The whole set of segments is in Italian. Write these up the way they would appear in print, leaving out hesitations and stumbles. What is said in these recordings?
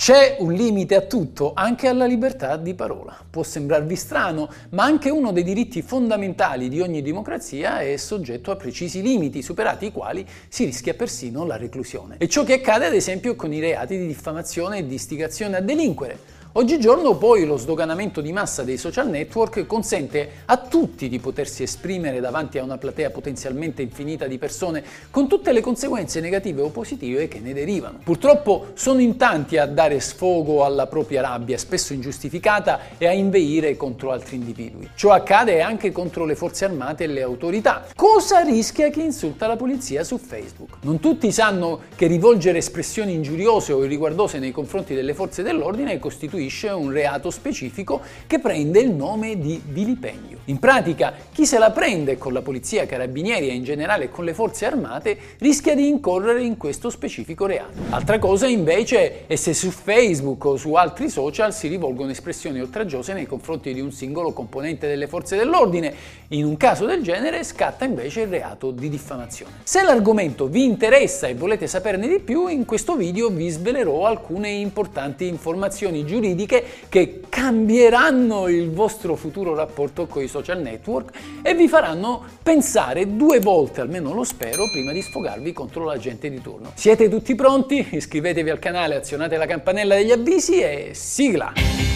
C'è un limite a tutto, anche alla libertà di parola. Può sembrarvi strano, ma anche uno dei diritti fondamentali di ogni democrazia è soggetto a precisi limiti, superati i quali si rischia persino la reclusione. È ciò che accade ad esempio con i reati di diffamazione e di istigazione a delinquere. Oggigiorno poi lo sdoganamento di massa dei social network consente a tutti di potersi esprimere davanti a una platea potenzialmente infinita di persone con tutte le conseguenze negative o positive che ne derivano. Purtroppo sono in tanti a dare sfogo alla propria rabbia, spesso ingiustificata, e a inveire contro altri individui. Ciò accade anche contro le forze armate e le autorità. Cosa rischia chi insulta la polizia su Facebook? Non tutti sanno che rivolgere espressioni ingiuriose o irriguardose nei confronti delle forze dell'ordine costituisce un reato specifico che prende il nome di vilipendio. In pratica, chi se la prende con la polizia, carabinieri e in generale con le forze armate rischia di incorrere in questo specifico reato. Altra cosa invece è se su Facebook o su altri social si rivolgono espressioni oltraggiose nei confronti di un singolo componente delle forze dell'ordine. In un caso del genere scatta invece il reato di diffamazione. Se l'argomento vi interessa e volete saperne di più, in questo video vi svelerò alcune importanti informazioni giuridiche che cambieranno il vostro futuro rapporto con i social network e vi faranno pensare 2 volte, almeno lo spero, prima di sfogarvi contro la gente di turno. Siete tutti pronti? Iscrivetevi al canale, azionate la campanella degli avvisi e sigla!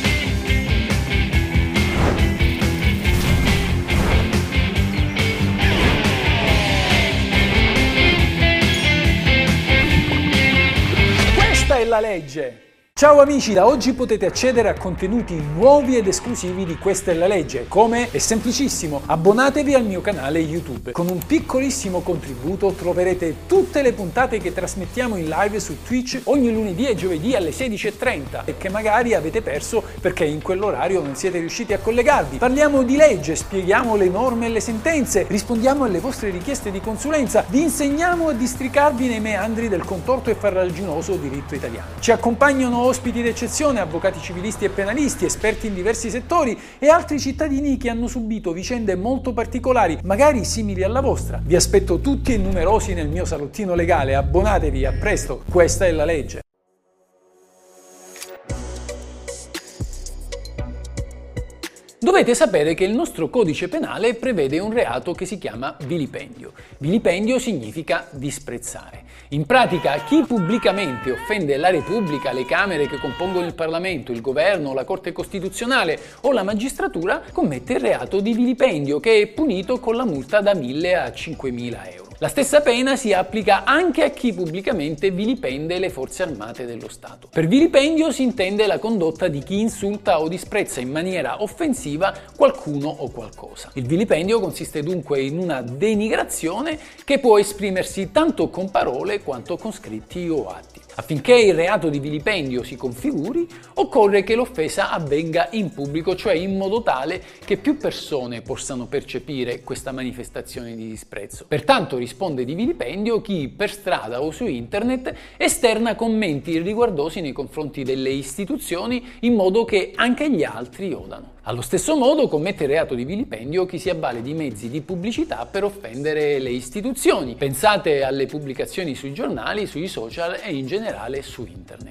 Questa è la legge! Ciao amici, da oggi potete accedere a contenuti nuovi ed esclusivi di Questa è la legge. Come? È semplicissimo, abbonatevi al mio canale YouTube. Con un piccolissimo contributo troverete tutte le puntate che trasmettiamo in live su Twitch ogni lunedì e giovedì alle 16:30 e che magari avete perso perché in quell'orario non siete riusciti a collegarvi. Parliamo di legge, spieghiamo le norme e le sentenze, rispondiamo alle vostre richieste di consulenza, vi insegniamo a districarvi nei meandri del contorto e farraginoso diritto italiano. Ci accompagnano ospiti d'eccezione, avvocati civilisti e penalisti, esperti in diversi settori e altri cittadini che hanno subito vicende molto particolari, magari simili alla vostra. Vi aspetto tutti e numerosi nel mio salottino legale. Abbonatevi, a presto, questa è la legge. Dovete sapere che il nostro codice penale prevede un reato che si chiama vilipendio. Vilipendio significa disprezzare. In pratica, chi pubblicamente offende la Repubblica, le Camere che compongono il Parlamento, il Governo, la Corte Costituzionale o la magistratura commette il reato di vilipendio, che è punito con la multa da 1.000 a 5.000 euro. La stessa pena si applica anche a chi pubblicamente vilipende le forze armate dello Stato. Per vilipendio si intende la condotta di chi insulta o disprezza in maniera offensiva qualcuno o qualcosa. Il vilipendio consiste dunque in una denigrazione che può esprimersi tanto con parole quanto con scritti o atti. Affinché il reato di vilipendio si configuri, occorre che l'offesa avvenga in pubblico, cioè in modo tale che più persone possano percepire questa manifestazione di disprezzo. Pertanto risponde di vilipendio chi per strada o su internet esterna commenti irriguardosi nei confronti delle istituzioni in modo che anche gli altri odano. Allo stesso modo commette il reato di vilipendio chi si avvale di mezzi di pubblicità per offendere le istituzioni. Pensate alle pubblicazioni sui giornali, sui social e in generale su internet.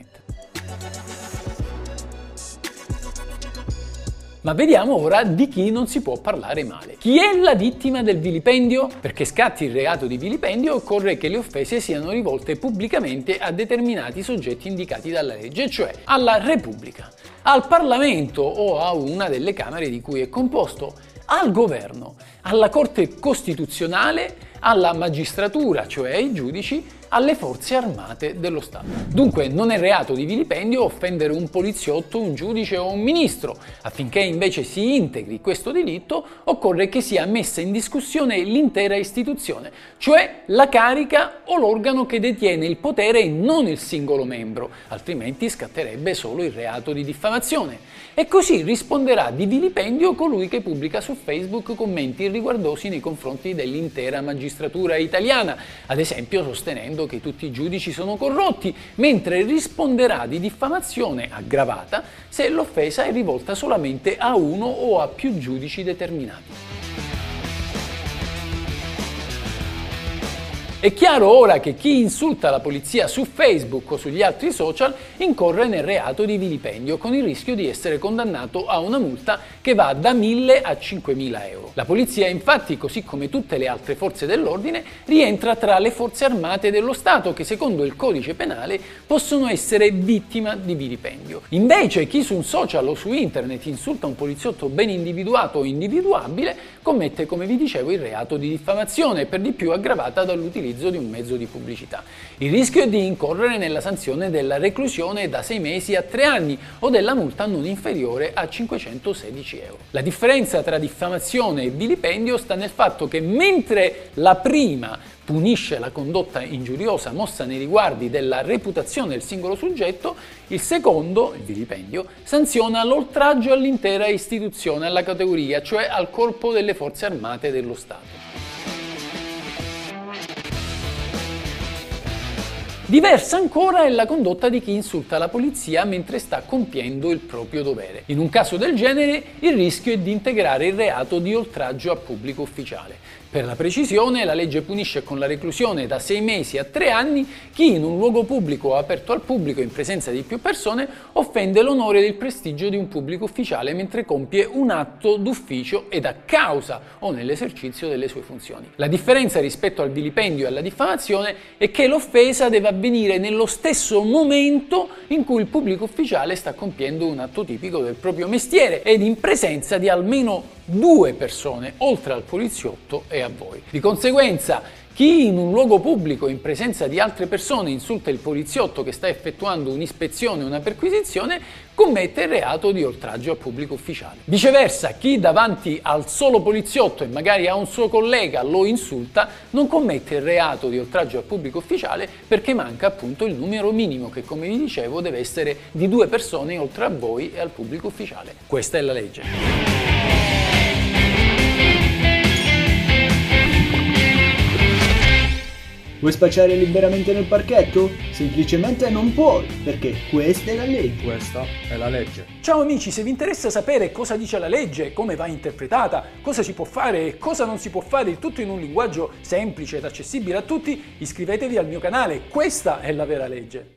Ma vediamo ora di chi non si può parlare male. Chi è la vittima del vilipendio? Perché scatti il reato di vilipendio occorre che le offese siano rivolte pubblicamente a determinati soggetti indicati dalla legge, cioè alla Repubblica, al Parlamento o a una delle Camere di cui è composto, al Governo, alla Corte Costituzionale, alla magistratura, cioè ai giudici, alle forze armate dello Stato. Dunque non è reato di vilipendio offendere un poliziotto, un giudice o un ministro. Affinché invece si integri questo delitto occorre che sia messa in discussione l'intera istituzione, cioè la carica o l'organo che detiene il potere e non il singolo membro, altrimenti scatterebbe solo il reato di diffamazione. E così risponderà di vilipendio colui che pubblica su Facebook commenti irriguardosi nei confronti dell'intera magistratura italiana, ad esempio sostenendo che tutti i giudici sono corrotti, mentre risponderà di diffamazione aggravata se l'offesa è rivolta solamente a uno o a più giudici determinati. È chiaro ora che chi insulta la polizia su Facebook o sugli altri social incorre nel reato di vilipendio, con il rischio di essere condannato a una multa che va da 1.000 a 5.000 euro. La polizia, infatti, così come tutte le altre forze dell'ordine, rientra tra le forze armate dello Stato che, secondo il codice penale, possono essere vittima di vilipendio. Invece, chi su un social o su internet insulta un poliziotto ben individuato o individuabile commette, come vi dicevo, il reato di diffamazione, per di più aggravata dall'utilizzo di un mezzo di pubblicità. Il rischio è di incorrere nella sanzione della reclusione da 6 mesi a 3 anni o della multa non inferiore a 516 euro. La differenza tra diffamazione e vilipendio sta nel fatto che mentre la prima punisce la condotta ingiuriosa mossa nei riguardi della reputazione del singolo soggetto, il secondo, il vilipendio, sanziona l'oltraggio all'intera istituzione, alla categoria, cioè al corpo delle forze armate dello Stato. Diversa ancora è la condotta di chi insulta la polizia mentre sta compiendo il proprio dovere. In un caso del genere il rischio è di integrare il reato di oltraggio a pubblico ufficiale. Per la precisione, la legge punisce con la reclusione da 6 mesi a 3 anni chi in un luogo pubblico o aperto al pubblico in presenza di più persone offende l'onore e il prestigio di un pubblico ufficiale mentre compie un atto d'ufficio ed a causa o nell'esercizio delle sue funzioni. La differenza rispetto al vilipendio e alla diffamazione è che l'offesa deve avvenire nello stesso momento in cui il pubblico ufficiale sta compiendo un atto tipico del proprio mestiere ed in presenza di almeno 2 persone, oltre al poliziotto e a voi. Di conseguenza, chi in un luogo pubblico in presenza di altre persone insulta il poliziotto che sta effettuando un'ispezione o una perquisizione commette il reato di oltraggio a pubblico ufficiale. Viceversa, chi davanti al solo poliziotto e magari a un suo collega lo insulta non commette il reato di oltraggio a pubblico ufficiale perché manca appunto il numero minimo che, come vi dicevo, deve essere di 2 persone oltre a voi e al pubblico ufficiale. Questa è la legge. Vuoi spacciare liberamente nel parchetto? Semplicemente non puoi, perché questa è la legge. Questa è la legge. Ciao amici, se vi interessa sapere cosa dice la legge, come va interpretata, cosa si può fare e cosa non si può fare, il tutto in un linguaggio semplice ed accessibile a tutti, iscrivetevi al mio canale. Questa è la vera legge.